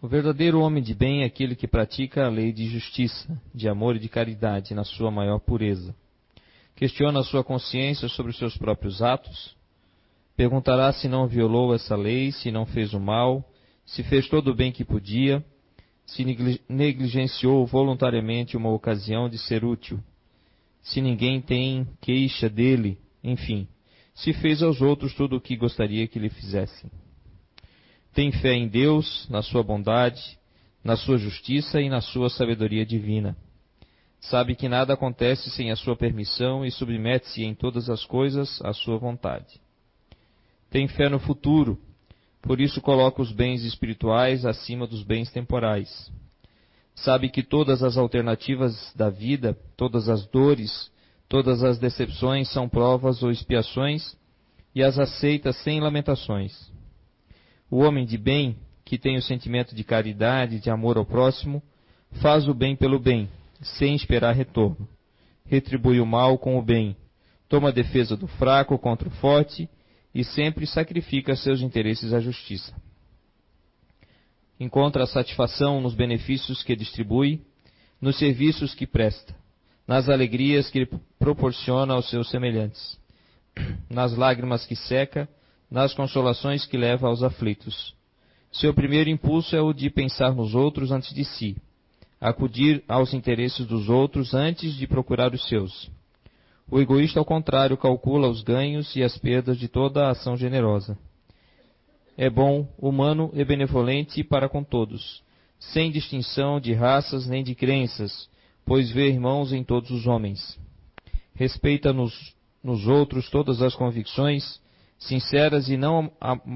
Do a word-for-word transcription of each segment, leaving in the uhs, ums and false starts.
O verdadeiro homem de bem é aquele que pratica a lei de justiça, de amor e de caridade na sua maior pureza. Questiona a sua consciência sobre os seus próprios atos. Perguntará se não violou essa lei, se não fez o mal, se fez todo o bem que podia, se negligenciou voluntariamente uma ocasião de ser útil, se ninguém tem queixa dele, enfim, se fez aos outros tudo o que gostaria que lhe fizessem. Tem fé em Deus, na sua bondade, na sua justiça e na sua sabedoria divina. Sabe que nada acontece sem a sua permissão e submete-se em todas as coisas à sua vontade. Tem fé no futuro, por isso coloca os bens espirituais acima dos bens temporais. Sabe que todas as alternativas da vida, todas as dores, todas as decepções são provas ou expiações e as aceita sem lamentações. O homem de bem, que tem o sentimento de caridade, de amor ao próximo, faz o bem pelo bem, sem esperar retorno. Retribui o mal com o bem, toma a defesa do fraco contra o forte e sempre sacrifica seus interesses à justiça. Encontra a satisfação nos benefícios que distribui, nos serviços que presta, nas alegrias que proporciona aos seus semelhantes, nas lágrimas que seca, nas consolações que leva aos aflitos. Seu primeiro impulso é o de pensar nos outros antes de si, acudir aos interesses dos outros antes de procurar os seus. O egoísta, ao contrário, calcula os ganhos e as perdas de toda a ação generosa. É bom, humano e benevolente para com todos, sem distinção de raças nem de crenças, pois vê irmãos em todos os homens. Respeita nos, nos outros todas as convicções sinceras e não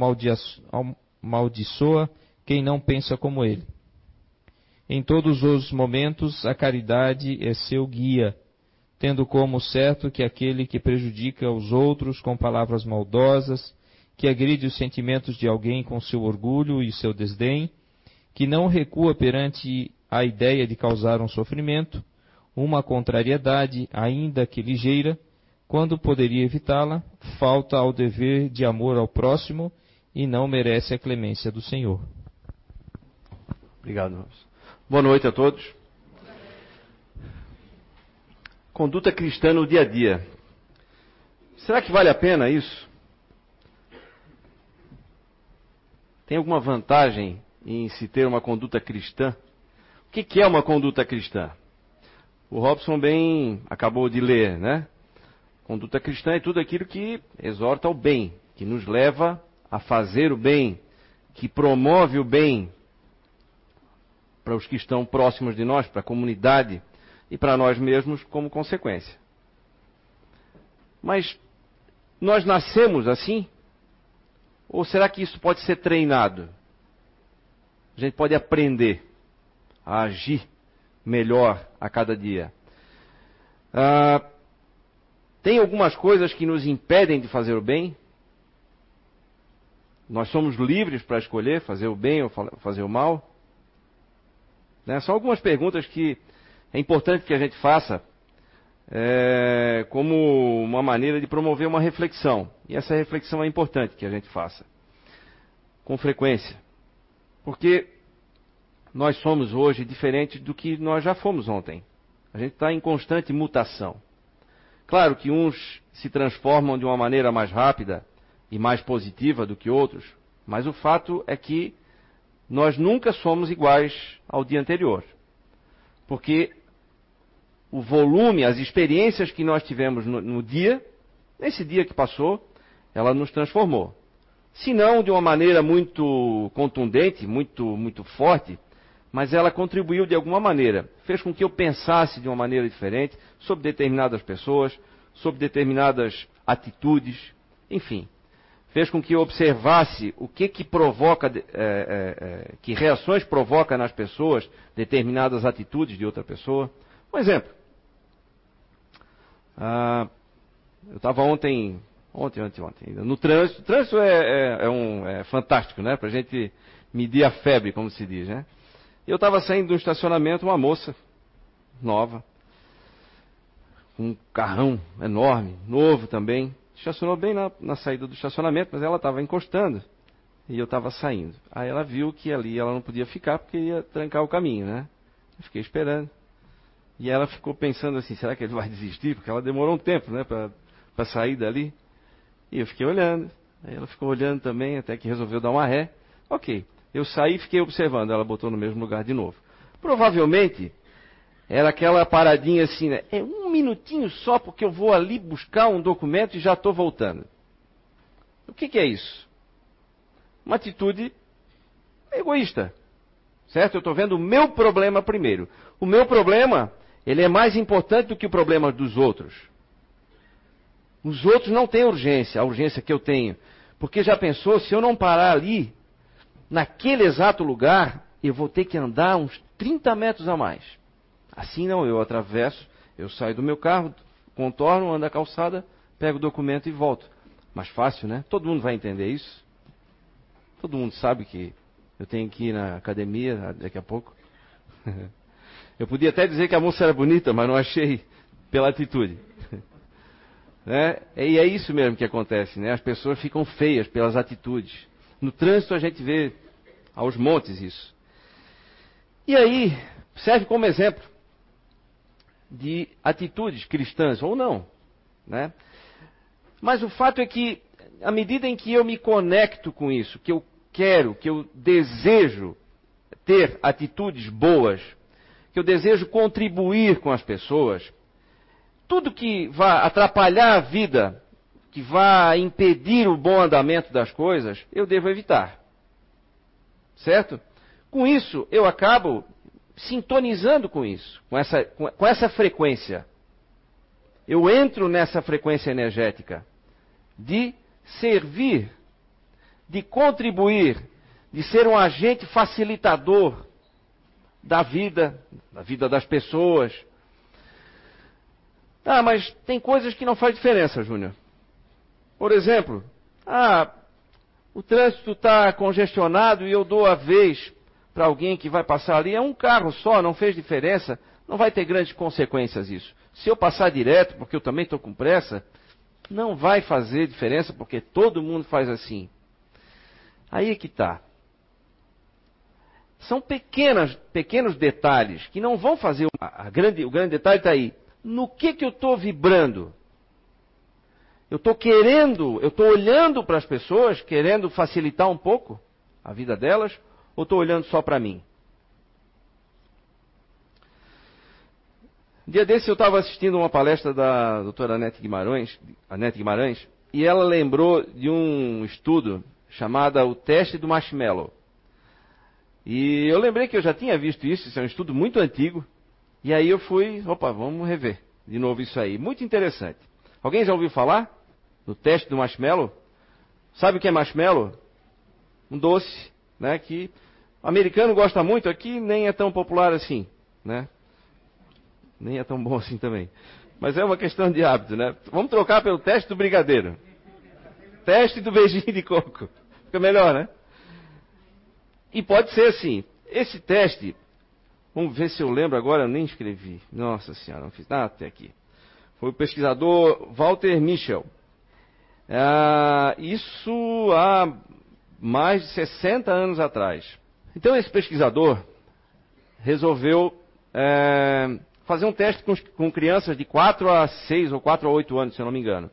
amaldiçoa quem não pensa como ele. Em todos os momentos a caridade é seu guia, tendo como certo que aquele que prejudica os outros com palavras maldosas, que agride os sentimentos de alguém com seu orgulho e seu desdém, que não recua perante a ideia de causar um sofrimento, uma contrariedade, ainda que ligeira, quando poderia evitá-la, falta ao dever de amor ao próximo e não merece a clemência do Senhor. Obrigado, irmãos. Boa noite a todos. Conduta cristã no dia a dia. Será que vale a pena isso? Tem alguma vantagem em se ter uma conduta cristã? O que é uma conduta cristã? O Robson bem acabou de ler, né? Conduta cristã é tudo aquilo que exorta ao bem, que nos leva a fazer o bem, que promove o bem para os que estão próximos de nós, para a comunidade e para nós mesmos como consequência. Mas nós nascemos assim? Ou será que isso pode ser treinado? A gente pode aprender a agir melhor a cada dia. Ah, tem algumas coisas que nos impedem de fazer o bem? Nós somos livres para escolher fazer o bem ou fazer o mal? Né? São algumas perguntas que é importante que a gente faça é, como uma maneira de promover uma reflexão. E essa reflexão é importante que a gente faça com frequência. Porque nós somos hoje diferentes do que nós já fomos ontem. A gente está em constante mutação. Claro que uns se transformam de uma maneira mais rápida e mais positiva do que outros, mas o fato é que nós nunca somos iguais ao dia anterior. Porque o volume, as experiências que nós tivemos no, no dia, nesse dia que passou, ela nos transformou. Se não de uma maneira muito contundente, muito, muito forte, mas ela contribuiu de alguma maneira. Fez com que eu pensasse de uma maneira diferente sobre determinadas pessoas, sobre determinadas atitudes, enfim. Fez com que eu observasse o que que provoca, é, é, é, que reações provoca nas pessoas determinadas atitudes de outra pessoa. Um exemplo. Ah, eu estava ontem, ontem, ontem, ontem, no trânsito. O trânsito é, é, é, um, é fantástico, né? Para a gente medir a febre, como se diz, né? Eu estava saindo de um estacionamento, uma moça nova, com um carrão enorme, novo também, estacionou bem na, na saída do estacionamento, mas ela estava encostando. e eu estava saindo. Aí ela viu que ali ela não podia ficar porque ia trancar o caminho, né? Eu fiquei esperando. E ela ficou pensando assim, será que ele vai desistir? Porque ela demorou um tempo, né, para sair dali. E eu fiquei olhando. Aí ela ficou olhando também, até que resolveu dar uma ré. Ok. Eu saí e fiquei observando. Ela botou no mesmo lugar de novo. Provavelmente, era aquela paradinha assim, né? É um minutinho só, porque eu vou ali buscar um documento e já estou voltando. O que, que é isso? Uma atitude egoísta. Certo? Eu estou vendo o meu problema primeiro. O meu problema, ele é mais importante do que o problema dos outros. Os outros não têm urgência, a urgência que eu tenho. Porque já pensou, se eu não parar ali, naquele exato lugar, eu vou ter que andar uns trinta metros a mais. Assim não, eu atravesso, eu saio do meu carro, contorno, ando a calçada, pego o documento e volto. Mais fácil, né? Todo mundo vai entender isso. Todo mundo sabe que eu tenho que ir na academia daqui a pouco. Eu podia até dizer que a moça era bonita, mas não achei pela atitude. Né? E é isso mesmo que acontece, né? As pessoas ficam feias pelas atitudes. No trânsito a gente vê aos montes isso. E aí, serve como exemplo de atitudes cristãs, ou não. Né? Mas o fato é que, à medida em que eu me conecto com isso, que eu quero, que eu desejo ter atitudes boas, que eu desejo contribuir com as pessoas, tudo que vá atrapalhar a vida, que vá impedir o bom andamento das coisas, eu devo evitar. Certo? Com isso, eu acabo sintonizando com isso, com essa, com essa frequência. Eu entro nessa frequência energética de servir, de contribuir, de ser um agente facilitador da vida, da vida das pessoas. Ah, mas tem coisas que não faz diferença, Júnior. Por exemplo, ah, o trânsito está congestionado e eu dou a vez para alguém que vai passar ali. É um carro só, não fez diferença. Não vai ter grandes consequências isso. Se eu passar direto, porque eu também estou com pressa, não vai fazer diferença, porque todo mundo faz assim. Aí é que está. São pequenas, pequenos detalhes que não vão fazer... A, a grande, o grande detalhe está aí. No que, que eu estou vibrando? Eu estou querendo, eu estou olhando para as pessoas, querendo facilitar um pouco a vida delas, ou estou olhando só para mim? Um dia desse eu estava assistindo uma palestra da doutora Anete Guimarães, Anete Guimarães, e ela lembrou de um estudo chamado O Teste do Marshmallow. E eu lembrei que eu já tinha visto isso, isso é um estudo muito antigo, e aí eu fui, opa, vamos rever de novo isso aí. Muito interessante. Alguém já ouviu falar do teste do marshmallow? Sabe o que é marshmallow? Um doce, né, que o americano gosta muito, aqui nem é tão popular assim, né? Nem é tão bom assim também. Mas é uma questão de hábito, né? Vamos trocar pelo teste do brigadeiro. Teste do beijinho de coco. Fica melhor, né? E pode ser assim. Esse teste, vamos ver se eu lembro agora, eu nem escrevi. Nossa Senhora, não fiz nada até aqui. Foi o pesquisador Walter Mischel. Ah, isso há mais de sessenta anos atrás. Então esse pesquisador resolveu é, fazer um teste com, com crianças de quatro a seis ou quatro a oito anos, se eu não me engano.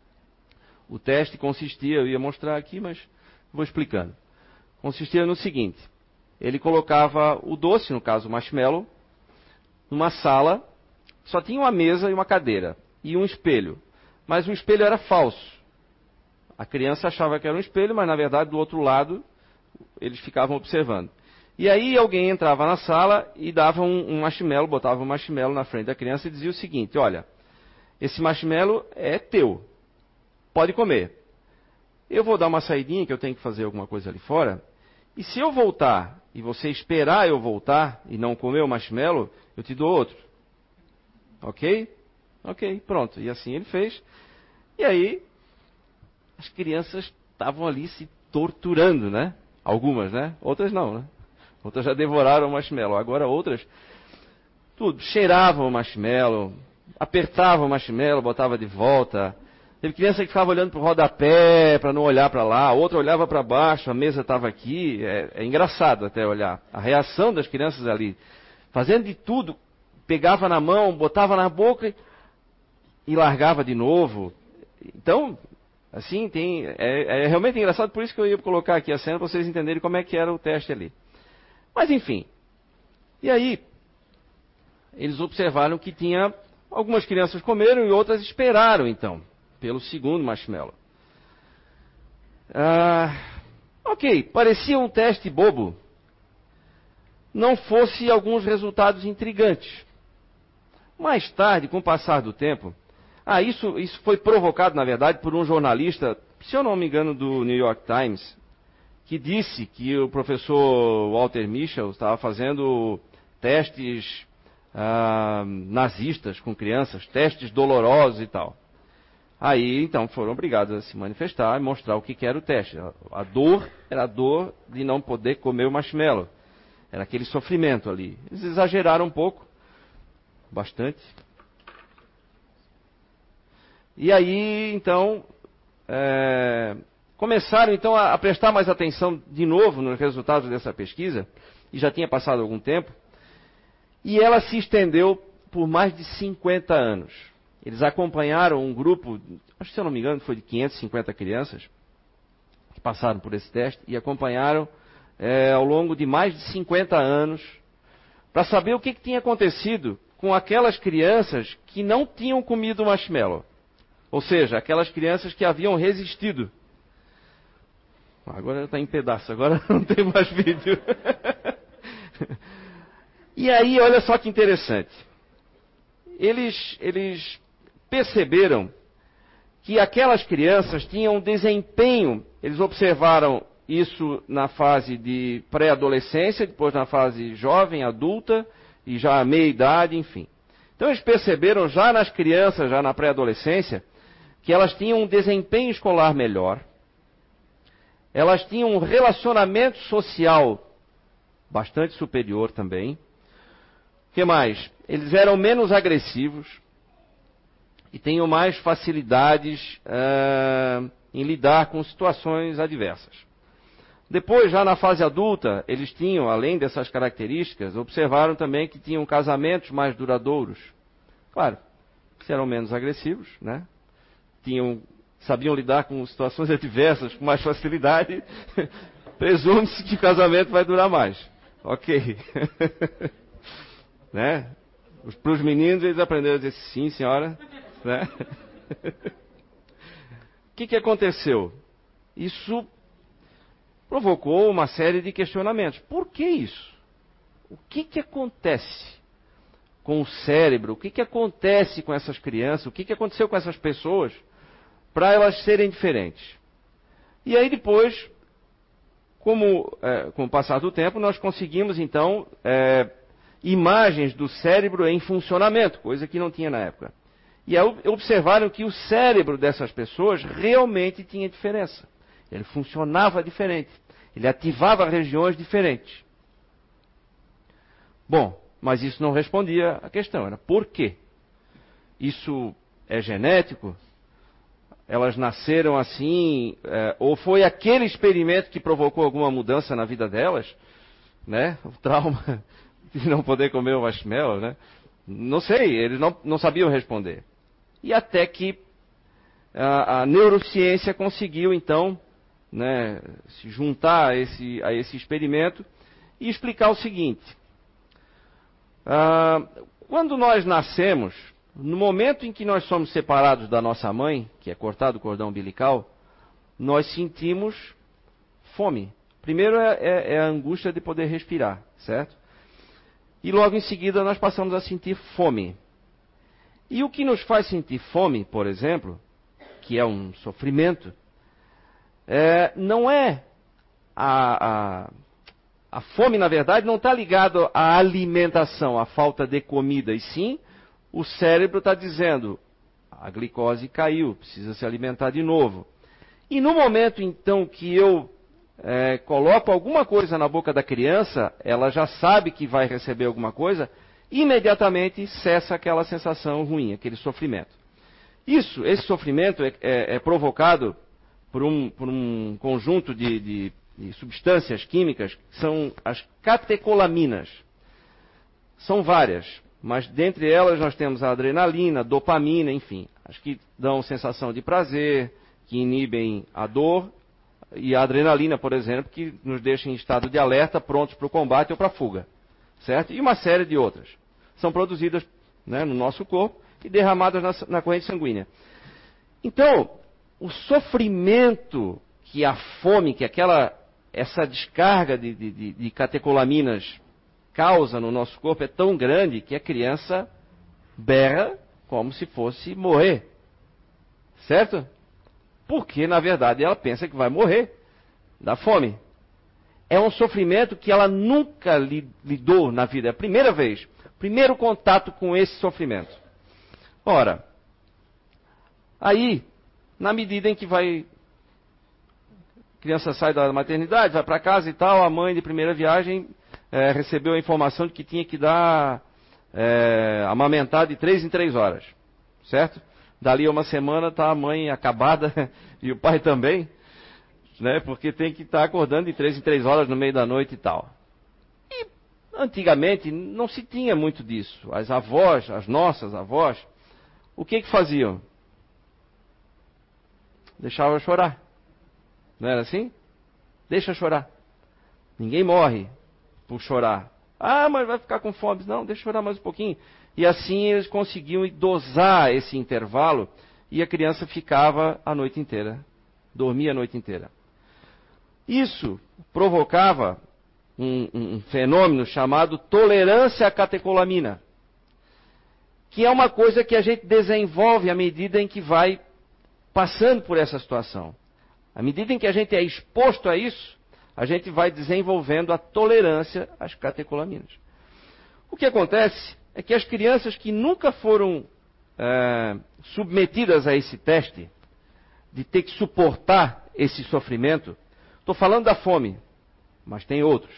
O teste consistia, eu ia mostrar aqui, mas vou explicando. Consistia no seguinte: ele colocava o doce, no caso o marshmallow, numa sala, só tinha uma mesa e uma cadeira, e um espelho. Mas o espelho era falso. A criança achava que era um espelho, mas na verdade do outro lado eles ficavam observando. E aí alguém entrava na sala e dava um, um marshmallow, botava um marshmallow na frente da criança e dizia o seguinte: olha, esse marshmallow é teu, pode comer. Eu vou dar uma saidinha que eu tenho que fazer alguma coisa ali fora, e se eu voltar e você esperar eu voltar e não comer o marshmallow, eu te dou outro. Ok? Ok, pronto. E assim ele fez. E aí as crianças estavam ali se torturando, né? Algumas, né? Outras não, né? Outras já devoraram o marshmallow. Agora outras, tudo, cheiravam o marshmallow, apertavam o marshmallow, botavam de volta, Teve criança que ficava olhando para o rodapé, para não olhar para lá, outra olhava para baixo, a mesa estava aqui. É, é engraçado até olhar a reação das crianças ali, fazendo de tudo, pegava na mão, botava na boca e, e largava de novo. Então, assim, tem, é, é realmente engraçado, por isso que eu ia colocar aqui a cena para vocês entenderem como é que era o teste ali. Mas enfim, e aí, eles observaram que tinha, algumas crianças comeram e outras esperaram então, pelo segundo marshmallow. Ah, ok, parecia um teste bobo, não fosse alguns resultados intrigantes. Mais tarde, com o passar do tempo, ah, isso, isso foi provocado, na verdade, por um jornalista, se eu não me engano, do New York Times, que disse que o professor Walter Mischel estava fazendo testes ah, nazistas com crianças, testes dolorosos e tal. Aí, então, foram obrigados a se manifestar e mostrar o que, que era o teste. A dor era a dor de não poder comer o marshmallow. Era aquele sofrimento ali. Eles exageraram um pouco, bastante. E aí, então, é, começaram então a, a prestar mais atenção de novo nos resultados dessa pesquisa, e já tinha passado algum tempo, e ela se estendeu por mais de cinquenta anos. Eles acompanharam um grupo, acho que se eu não me engano foi de quinhentas e cinquenta crianças, que passaram por esse teste, e acompanharam é, ao longo de mais de cinquenta anos, para saber o que, que tinha acontecido com aquelas crianças que não tinham comido marshmallow. Ou seja, aquelas crianças que haviam resistido. Agora está em pedaço, agora não tem mais vídeo. E aí, olha só que interessante. Eles, eles perceberam que aquelas crianças tinham um desempenho, eles observaram isso na fase de pré-adolescência, depois na fase jovem, adulta, e já meia-idade, enfim. Então eles perceberam já nas crianças, já na pré-adolescência, que elas tinham um desempenho escolar melhor, elas tinham um relacionamento social bastante superior também. O que mais? Eles eram menos agressivos e tinham mais facilidades uh, em lidar com situações adversas. Depois, já na fase adulta, eles tinham, além dessas características, observaram também que tinham casamentos mais duradouros. Claro, se eram menos agressivos, né? Tinham, sabiam lidar com situações adversas com mais facilidade, presume-se que o casamento vai durar mais. Ok. Né? Para os meninos, eles aprenderam a dizer sim, senhora. Né? O que, que aconteceu? Isso provocou uma série de questionamentos. Por que isso? O que, que acontece com o cérebro? O que, que acontece com essas crianças? O que, que aconteceu com essas pessoas para elas serem diferentes? E aí depois, como, é, com o passar do tempo, nós conseguimos então é, imagens do cérebro em funcionamento, coisa que não tinha na época. E aí observaram que o cérebro dessas pessoas realmente tinha diferença. Ele funcionava diferente. Ele ativava regiões diferentes. Bom, mas isso não respondia à questão. Era por quê? Isso é genético? Elas nasceram assim? É, ou foi aquele experimento que provocou alguma mudança na vida delas? Né? O trauma de não poder comer o marshmallow, né? Não sei, eles não, não sabiam responder. E até que a, a neurociência conseguiu, então, né, se juntar a esse, a esse experimento e explicar o seguinte. Ah, quando nós nascemos, no momento em que nós somos separados da nossa mãe, que é cortado o cordão umbilical, nós sentimos fome. Primeiro é, é, é a angústia de poder respirar, certo? E logo em seguida nós passamos a sentir fome. E o que nos faz sentir fome, por exemplo, que é um sofrimento, é, não é a, a, a fome, na verdade, não está ligado à alimentação, à falta de comida, e sim o cérebro está dizendo, a glicose caiu, precisa se alimentar de novo. E no momento então que eu é, coloco alguma coisa na boca da criança, ela já sabe que vai receber alguma coisa, imediatamente cessa aquela sensação ruim, aquele sofrimento. Isso, esse sofrimento é, é, é provocado por um, por um conjunto de, de, de substâncias químicas, que são as catecolaminas. São várias, mas dentre elas nós temos a adrenalina, dopamina, enfim, as que dão sensação de prazer, que inibem a dor, e a adrenalina, por exemplo, que nos deixa em estado de alerta, prontos para o combate ou para a fuga, certo? E uma série de outras. São produzidas, né, no nosso corpo e derramadas na, na corrente sanguínea. Então, o sofrimento que a fome, que aquela, essa descarga de, de, de catecolaminas causa no nosso corpo é tão grande que a criança berra como se fosse morrer. Certo? Porque, na verdade, ela pensa que vai morrer da fome. É um sofrimento que ela nunca lidou na vida. É a primeira vez. Primeiro contato com esse sofrimento. Ora, aí, na medida em que vai... A criança sai da maternidade, vai para casa e tal, a mãe de primeira viagem é, recebeu a informação de que tinha que dar... É, amamentar de três em três horas. Certo? Dali a uma semana está a mãe acabada e o pai também, né? Porque tem que estar tá acordando de três em três horas no meio da noite e tal. E antigamente não se tinha muito disso. As avós, as nossas avós, o que que faziam? Deixavam chorar. Não era assim? Deixa chorar. Ninguém morre por chorar. Ah, mas vai ficar com fome. Não, deixa chorar mais um pouquinho. E assim eles conseguiam dosar esse intervalo e a criança ficava a noite inteira. Dormia a noite inteira. Isso provocava um, um fenômeno chamado tolerância à catecolamina, que é uma coisa que a gente desenvolve à medida em que vai passando por essa situação. À medida em que a gente é exposto a isso, a gente vai desenvolvendo a tolerância às catecolaminas. O que acontece é que as crianças que nunca foram é, submetidas a esse teste, de ter que suportar esse sofrimento, estou falando da fome, mas tem outros,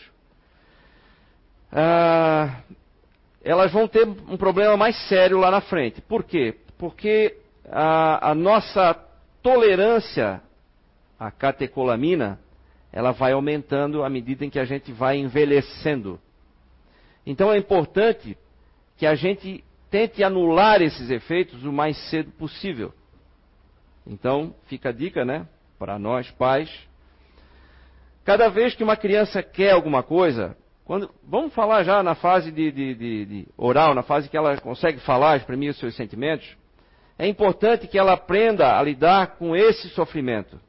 ah, elas vão ter um problema mais sério lá na frente. Por quê? Porque a, a nossa tolerância à catecolamina, ela vai aumentando à medida em que a gente vai envelhecendo. Então é importante que a gente tente anular esses efeitos o mais cedo possível. Então, fica a dica, né, para nós pais. Cada vez que uma criança quer alguma coisa, quando, vamos falar já na fase de, de, de, de oral, na fase que ela consegue falar, exprimir os seus sentimentos, é importante que ela aprenda a lidar com esse sofrimento.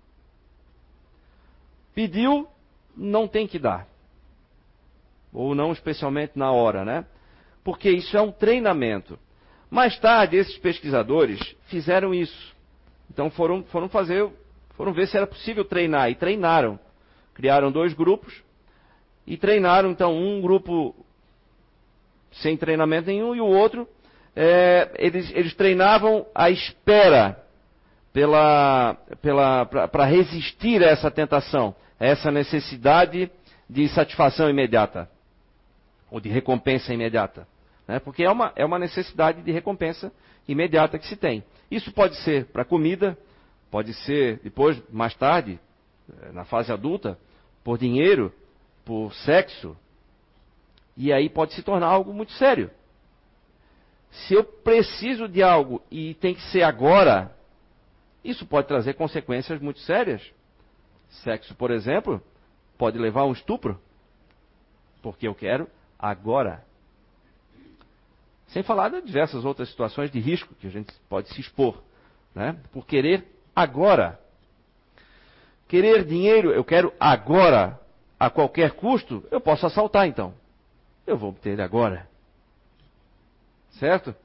Pediu, não tem que dar. Ou não especialmente na hora, né? Porque isso é um treinamento. Mais tarde, esses pesquisadores fizeram isso. Então foram, foram fazer, foram ver se era possível treinar, e treinaram. Criaram dois grupos, e treinaram, então, um grupo sem treinamento nenhum, e o outro, é, eles, eles treinavam a espera pela, pela, para resistir a essa tentação, a essa necessidade de satisfação imediata, ou de recompensa imediata. Né? Porque é uma, é uma necessidade de recompensa imediata que se tem. Isso pode ser para comida, pode ser depois, mais tarde, na fase adulta, por dinheiro, por sexo, e aí pode se tornar algo muito sério. Se eu preciso de algo e tem que ser agora, isso pode trazer consequências muito sérias. Sexo, por exemplo, pode levar a um estupro, porque eu quero agora. Sem falar de diversas outras situações de risco que a gente pode se expor, né? Por querer agora. Querer dinheiro, eu quero agora, a qualquer custo, eu posso assaltar então. Eu vou obter ele agora. Certo?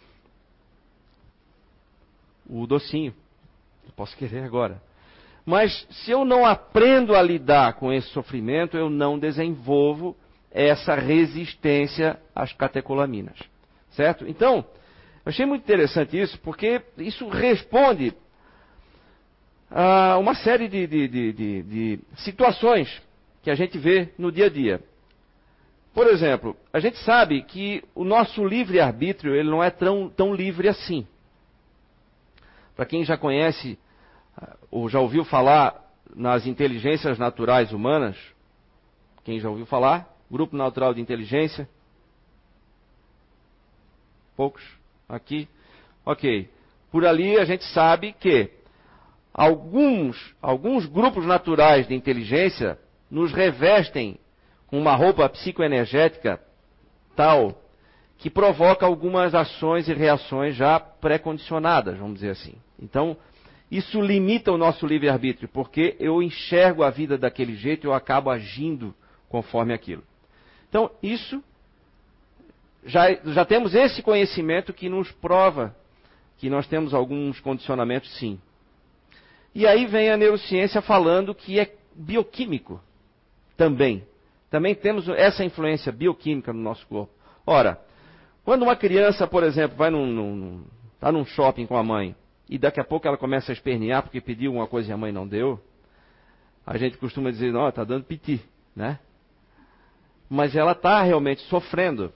O docinho, eu posso querer agora. Mas se eu não aprendo a lidar com esse sofrimento, eu não desenvolvo essa resistência às catecolaminas. Certo? Então, eu achei muito interessante isso, porque isso responde a uma série de, de, de, de, de situações que a gente vê no dia a dia. Por exemplo, a gente sabe que o nosso livre-arbítrio ele não é tão, tão livre assim. Para quem já conhece ou já ouviu falar nas inteligências naturais humanas, quem já ouviu falar? Grupo Natural de Inteligência? Poucos? Aqui? Ok. Por ali a gente sabe que alguns, alguns grupos naturais de inteligência nos revestem com uma roupa psicoenergética tal que provoca algumas ações e reações já pré-condicionadas, vamos dizer assim. Então, isso limita o nosso livre-arbítrio, porque eu enxergo a vida daquele jeito e eu acabo agindo conforme aquilo. Então, isso, já, já temos esse conhecimento que nos prova que nós temos alguns condicionamentos, sim. E aí vem a neurociência falando que é bioquímico também. Também temos essa influência bioquímica no nosso corpo. Ora, quando uma criança, por exemplo, vai num, num, tá num shopping com a mãe e daqui a pouco ela começa a espernear porque pediu uma coisa e a mãe não deu, a gente costuma dizer, não, está dando piti, né? Mas ela está realmente sofrendo.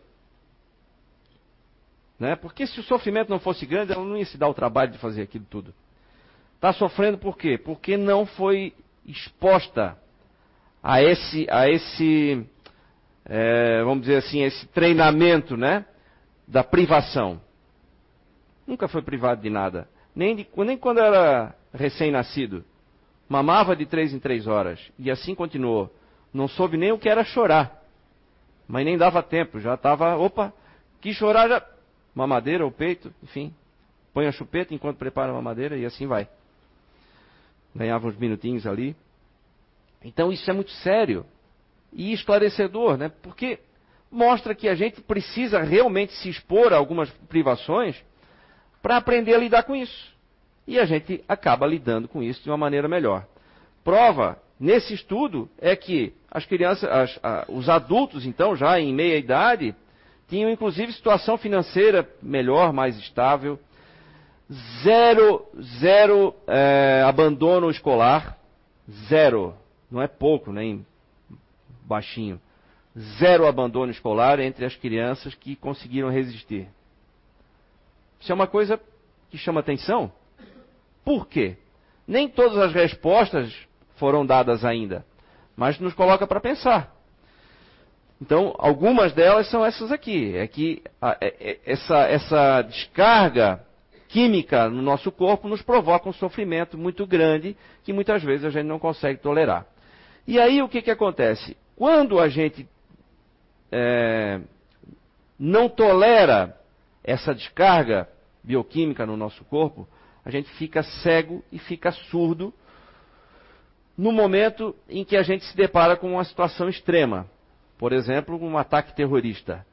Né? Porque se o sofrimento não fosse grande, ela não ia se dar o trabalho de fazer aquilo tudo. Está sofrendo por quê? Porque não foi exposta a esse, a esse é, vamos dizer assim, esse treinamento, né, da privação. Nunca foi privado de nada. Nem, de, nem quando era recém-nascido. Mamava de três em três horas. E assim continuou. Não soube nem o que era chorar. Mas nem dava tempo. Já estava, opa, quis chorar, já... Mamadeira ou peito, enfim. Põe a chupeta enquanto prepara a mamadeira e assim vai. Ganhava uns minutinhos ali. Então isso é muito sério. E esclarecedor, né? Porque mostra que a gente precisa realmente se expor a algumas privações para aprender a lidar com isso. E a gente acaba lidando com isso de uma maneira melhor. Prova, nesse estudo, é que as crianças, as, a, os adultos, então, já em meia idade, tinham inclusive situação financeira melhor, mais estável, zero, zero é, abandono escolar, zero, não é pouco, nem baixinho, zero abandono escolar entre as crianças que conseguiram resistir. Isso é uma coisa que chama atenção. Por quê? Nem todas as respostas foram dadas ainda, mas nos coloca para pensar. Então, algumas delas são essas aqui. É que a, é, essa, essa descarga química no nosso corpo nos provoca um sofrimento muito grande que muitas vezes a gente não consegue tolerar. E aí o que, que acontece? Quando a gente é, não tolera essa descarga bioquímica no nosso corpo, a gente fica cego e fica surdo no momento em que a gente se depara com uma situação extrema. Por exemplo, um ataque terrorista.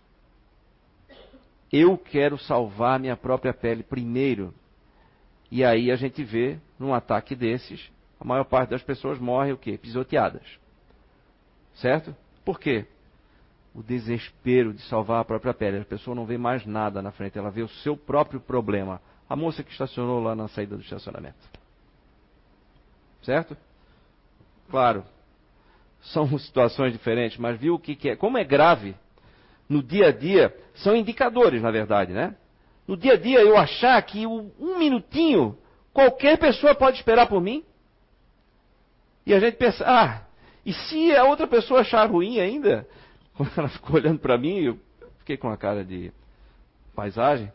Eu quero salvar minha própria pele primeiro. E aí a gente vê, num ataque desses, a maior parte das pessoas morre o quê? Pisoteadas. Certo? Por quê? O desespero de salvar a própria pele. A pessoa não vê mais nada na frente, ela vê o seu próprio problema. A moça que estacionou lá na saída do estacionamento. Certo? Claro. São situações diferentes, mas viu o que, que é? Como é grave no dia a dia, são indicadores, na verdade, né? No dia a dia, eu achar que um minutinho, qualquer pessoa pode esperar por mim. E a gente pensa, ah, e se a outra pessoa achar ruim ainda? Quando ela ficou olhando para mim, eu fiquei com uma cara de paisagem.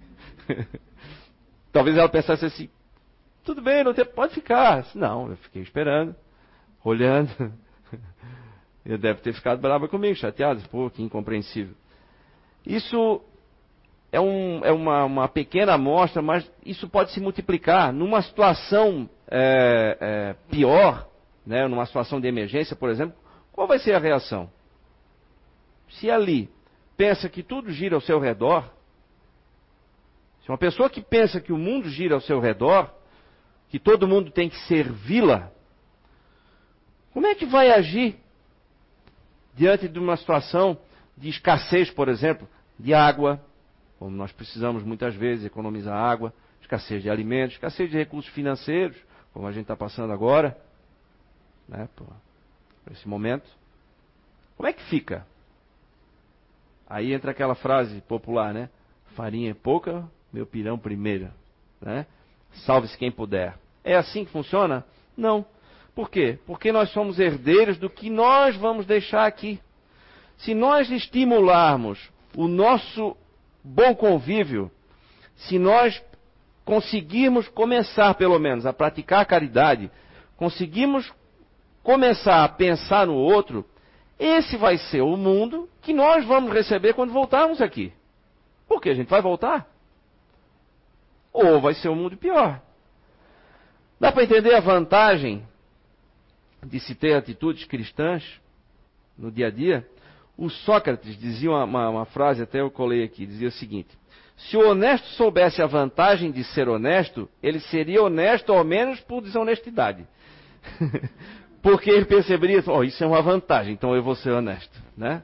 Talvez ela pensasse assim, tudo bem, não tem, pode ficar. Não, eu fiquei esperando, olhando. Ele deve ter ficado brava comigo, chateado, pô, que incompreensível. Isso é, um, é uma, uma pequena amostra, mas isso pode se multiplicar. Numa situação é, é, pior, né, numa situação de emergência, por exemplo, qual vai ser a reação? Se ali pensa que tudo gira ao seu redor, se uma pessoa que pensa que o mundo gira ao seu redor, que todo mundo tem que servi-la, como é que vai agir diante de uma situação de escassez, por exemplo, de água, como nós precisamos muitas vezes economizar água, escassez de alimentos, escassez de recursos financeiros, como a gente está passando agora, né, por esse momento. Como é que fica? Aí entra aquela frase popular, né? Farinha é pouca, meu pirão primeiro. Né? salve-se quem puder. É assim que funciona? Não. Por quê? Porque nós somos herdeiros do que nós vamos deixar aqui. Se nós estimularmos o nosso bom convívio, se nós conseguirmos começar, pelo menos, a praticar a caridade, conseguirmos começar a pensar no outro, esse vai ser o mundo que nós vamos receber quando voltarmos aqui. Porque a gente vai voltar. Ou vai ser um mundo pior. Dá para entender a vantagem de se ter atitudes cristãs no dia a dia? O Sócrates dizia uma, uma, uma frase, até eu colei aqui, dizia o seguinte: se o honesto soubesse a vantagem de ser honesto, ele seria honesto ao menos por desonestidade. Porque ele perceberia, oh, isso é uma vantagem, então eu vou ser honesto, né?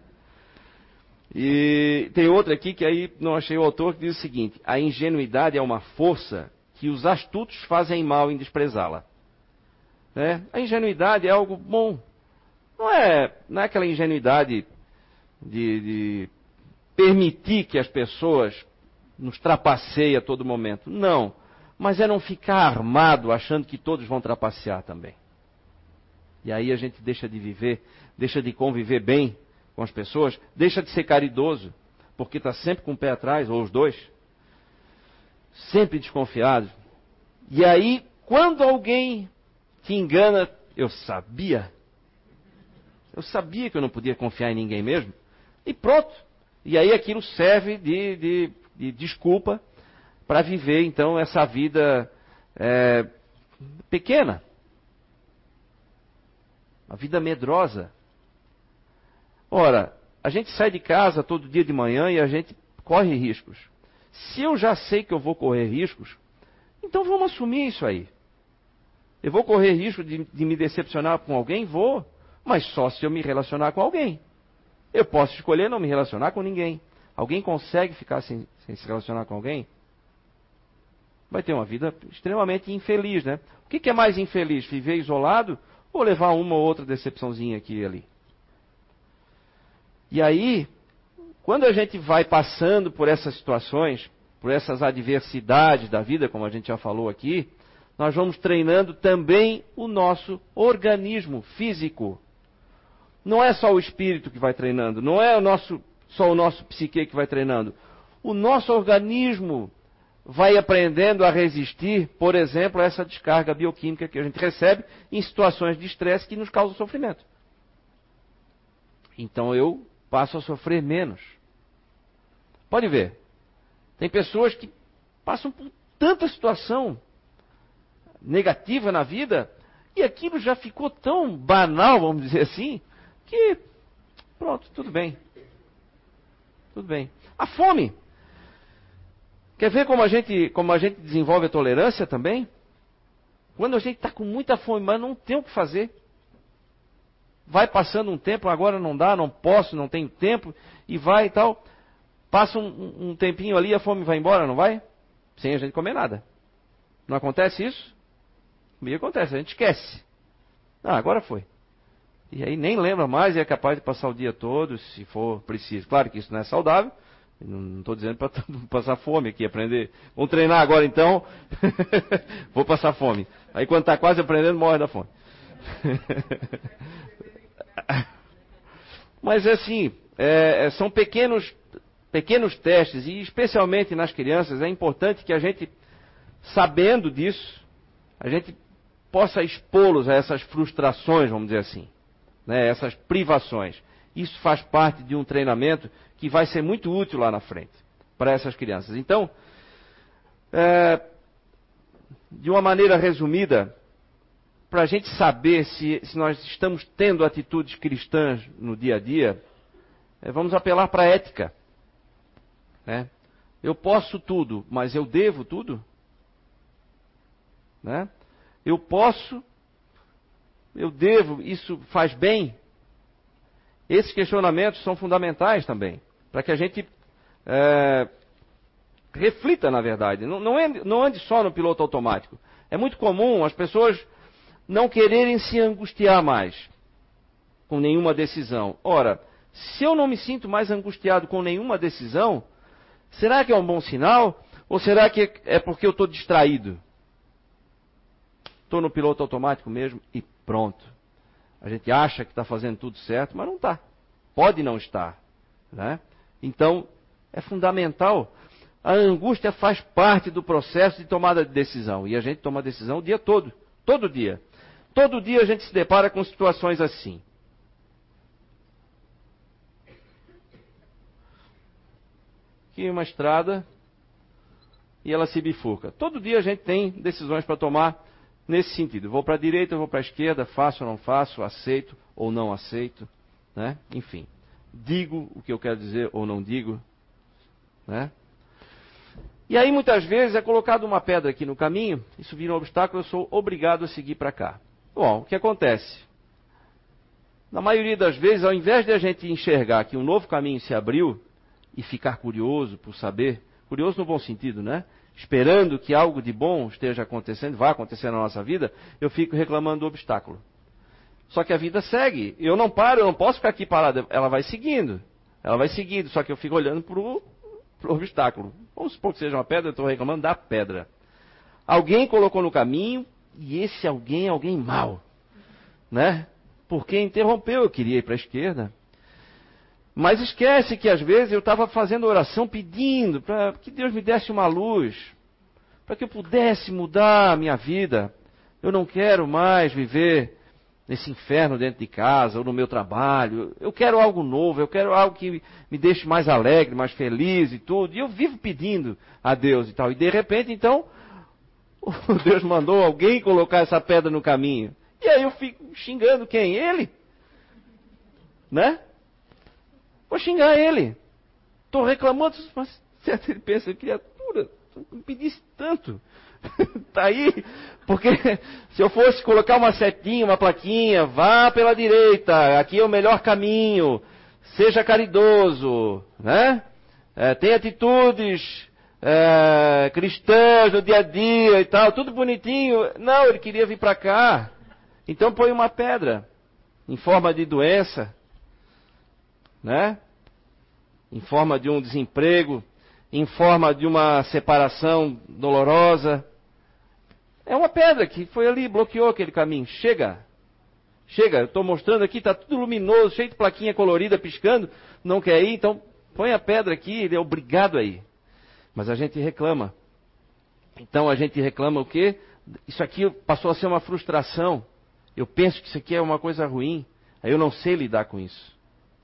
E tem outra aqui que aí não achei o autor, que diz o seguinte: a ingenuidade é uma força que os astutos fazem mal em desprezá-la. Né? A ingenuidade é algo bom. Não é, não é aquela ingenuidade de, de permitir que as pessoas nos trapaceiem a todo momento. Não. Mas é não ficar armado achando que todos vão trapacear também. E aí a gente deixa de viver, deixa de conviver bem com as pessoas, deixa de ser caridoso, porque está sempre com o pé atrás, ou os dois, sempre desconfiado. E aí, quando alguém te engana, eu sabia, eu sabia que eu não podia confiar em ninguém mesmo, e pronto. E aí aquilo serve de, de, de desculpa para viver, então, essa vida é, pequena. Uma vida medrosa. Ora, a gente sai de casa todo dia de manhã e a gente corre riscos. Se eu já sei que eu vou correr riscos, então vamos assumir isso aí. Eu vou correr risco de, de me decepcionar com alguém? Vou. Mas só se eu me relacionar com alguém. Eu posso escolher não me relacionar com ninguém. Alguém consegue ficar sem, sem se relacionar com alguém? Vai ter uma vida extremamente infeliz, né? O que, que é mais infeliz? Viver isolado ou levar uma ou outra decepçãozinha aqui e ali? E aí, quando a gente vai passando por essas situações, por essas adversidades da vida, como a gente já falou aqui, nós vamos treinando também o nosso organismo físico. Não é só o espírito que vai treinando, não é o nosso, só o nosso psique que vai treinando. O nosso organismo vai aprendendo a resistir, por exemplo, a essa descarga bioquímica que a gente recebe em situações de estresse que nos causam sofrimento. Então eu passo a sofrer menos. Pode ver. Tem pessoas que passam por tanta situação negativa na vida e aquilo já ficou tão banal, vamos dizer assim, que pronto, tudo bem. Tudo bem. A fome. Quer ver como a gente, como a gente desenvolve a tolerância também? Quando a gente está com muita fome, mas não tem o que fazer. Vai passando um tempo, agora não dá, não posso, não tenho tempo, e vai e tal. Passa um, um tempinho ali, a fome vai embora, não vai? Sem a gente comer nada. Não acontece isso? Comigo acontece, a gente esquece. Ah, agora foi. E aí nem lembra mais e é capaz de passar o dia todo, se for preciso. Claro que isso não é saudável. Não estou dizendo para passar fome aqui, aprender. Vamos treinar agora então. Vou passar fome. Aí quando está quase aprendendo, morre da fome. Mas assim, é, são pequenos, pequenos testes, e especialmente nas crianças, é importante que a gente, sabendo disso, a gente possa expô-los a essas frustrações, vamos dizer assim, né, essas privações. Isso faz parte de um treinamento que vai ser muito útil lá na frente, para essas crianças. Então, é, de uma maneira resumida, para a gente saber se, se nós estamos tendo atitudes cristãs no dia a dia, é, vamos apelar para a ética. Né? Eu posso tudo, mas eu devo tudo? Né? Eu posso, eu devo, isso faz bem? Esses questionamentos são fundamentais também, para que a gente é, reflita, na verdade. Não, não, ande, não ande só no piloto automático. É muito comum as pessoas não quererem se angustiar mais com nenhuma decisão. Ora, se eu não me sinto mais angustiado com nenhuma decisão, será que é um bom sinal? Ou será que é porque eu estou distraído? estou no piloto automático mesmo e pronto. A gente acha que está fazendo tudo certo, mas não está. Pode não estar, né? Então, é fundamental. A angústia faz parte do processo de tomada de decisão. E a gente toma decisão o dia todo. Todo dia. Todo dia a gente se depara com situações assim. Aqui uma estrada e ela se bifurca. Todo dia a gente tem decisões para tomar nesse sentido. Vou para a direita, vou para a esquerda, faço ou não faço, aceito ou não aceito, né? Enfim, digo o que eu quero dizer ou não digo, né? E aí muitas vezes é colocado uma pedra aqui no caminho, isso vira um obstáculo, eu sou obrigado a seguir para cá. Bom, o que acontece? Na maioria das vezes, ao invés de a gente enxergar que um novo caminho se abriu e ficar curioso por saber, curioso no bom sentido, né? Esperando que algo de bom esteja acontecendo, vá acontecer na nossa vida, eu fico reclamando do obstáculo. Só que a vida segue. Eu não paro, eu não posso ficar aqui parado. Ela vai seguindo. Ela vai seguindo, só que eu fico olhando para o obstáculo. Vamos supor que seja uma pedra, eu estou reclamando da pedra. Alguém colocou no caminho, e esse alguém é alguém mau, né? Porque interrompeu, eu queria ir para a esquerda. Mas esquece que às vezes eu estava fazendo oração pedindo para que Deus me desse uma luz, para que eu pudesse mudar a minha vida. Eu não quero mais viver nesse inferno dentro de casa ou no meu trabalho. Eu quero algo novo, eu quero algo que me deixe mais alegre, mais feliz e tudo. E eu vivo pedindo a Deus e tal. E de repente, então, Deus mandou alguém colocar essa pedra no caminho. E aí eu fico xingando quem? Ele. Né? Vou xingar ele. Estou reclamando, mas certo, ele pensa, criatura, me pedisse tanto. Está aí, porque se eu fosse colocar uma setinha, uma plaquinha, vá pela direita, aqui é o melhor caminho, seja caridoso, né? É, tenha atitudes é, cristãs no dia a dia e tal, tudo bonitinho. Não, ele queria vir para cá. Então põe uma pedra em forma de doença, né? Em forma de um desemprego, em forma de uma separação dolorosa. É uma pedra que foi ali, bloqueou aquele caminho. Chega, chega, eu estou mostrando aqui, está tudo luminoso, cheio de plaquinha colorida, piscando, não quer ir, então põe a pedra aqui, ele é obrigado a ir. Mas a gente reclama. Então a gente reclama o quê? Isso aqui passou a ser uma frustração. Eu penso que isso aqui é uma coisa ruim, aí eu não sei lidar com isso.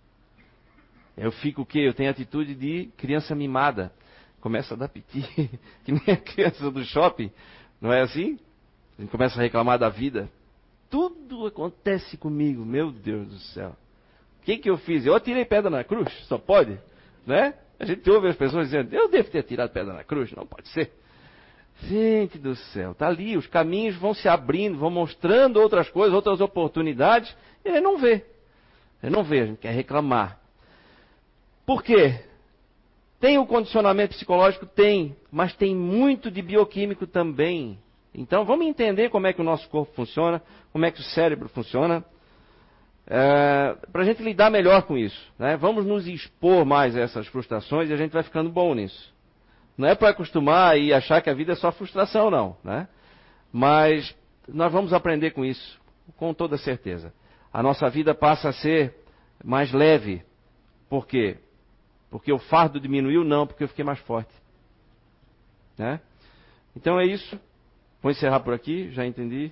Eu fico o quê? Eu tenho atitude de criança mimada. Começa a dar piti, que nem a criança do shopping. Não é assim? A gente começa a reclamar da vida. Tudo acontece comigo, meu Deus do céu. O que que eu fiz? Eu atirei pedra na cruz? Só pode? Né? A gente ouve as pessoas dizendo, eu devo ter atirado pedra na cruz? Não pode ser. Gente do céu, está ali, os caminhos vão se abrindo, vão mostrando outras coisas, outras oportunidades, e ele não vê. Ele não vê, a gente quer reclamar. Por quê? Tem o condicionamento psicológico? Tem, mas tem muito de bioquímico também. Então vamos entender como é que o nosso corpo funciona, como é que o cérebro funciona, é, para a gente lidar melhor com isso. Né? Vamos nos expor mais a essas frustrações e a gente vai ficando bom nisso. Não é para acostumar e achar que a vida é só frustração, não. Né? Mas nós vamos aprender com isso, com toda certeza. A nossa vida passa a ser mais leve. Por quê? Porque o fardo diminuiu? Não, porque eu fiquei mais forte. Né? Então é isso. Vou encerrar por aqui, já entendi.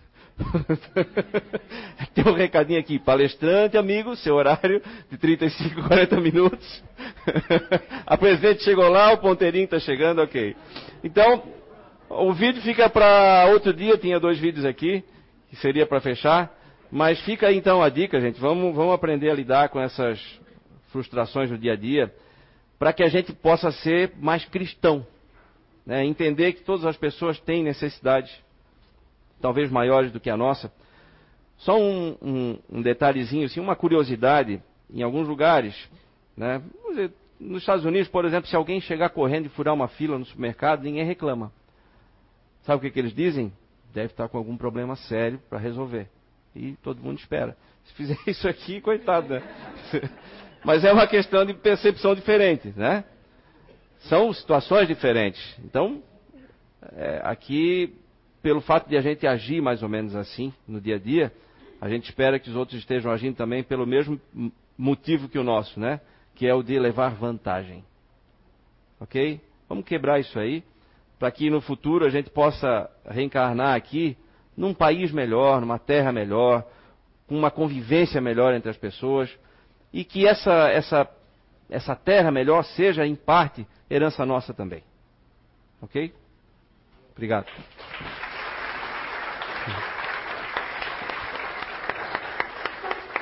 Tem um recadinho aqui. Palestrante, amigo, seu horário de trinta e cinco a quarenta minutos. A presidente chegou lá, o ponteirinho está chegando, ok. Então, o vídeo fica para outro dia. Tinha dois vídeos aqui, que seria para fechar. Mas fica aí então a dica, gente. Vamos, vamos aprender a lidar com essas frustrações no dia a dia, para que a gente possa ser mais cristão, né? Entender que todas as pessoas têm necessidades, talvez maiores do que a nossa. Só um, um, um detalhezinho, assim, uma curiosidade, em alguns lugares, né? Vamos dizer, nos Estados Unidos, por exemplo, se alguém chegar correndo e furar uma fila no supermercado, ninguém reclama. Sabe o que, que eles dizem? Deve estar com algum problema sério para resolver. E todo mundo espera. Se fizer isso aqui, coitado, né? Mas é uma questão de percepção diferente, né? São situações diferentes. Então, é, aqui pelo fato de a gente agir mais ou menos assim no dia a dia, a gente espera que os outros estejam agindo também pelo mesmo motivo que o nosso, né? Que é o de levar vantagem. Ok? Vamos quebrar isso aí, para que no futuro a gente possa reencarnar aqui num país melhor, numa terra melhor, com uma convivência melhor entre as pessoas, e que essa, essa, essa terra melhor seja, em parte, herança nossa também. Ok? Obrigado.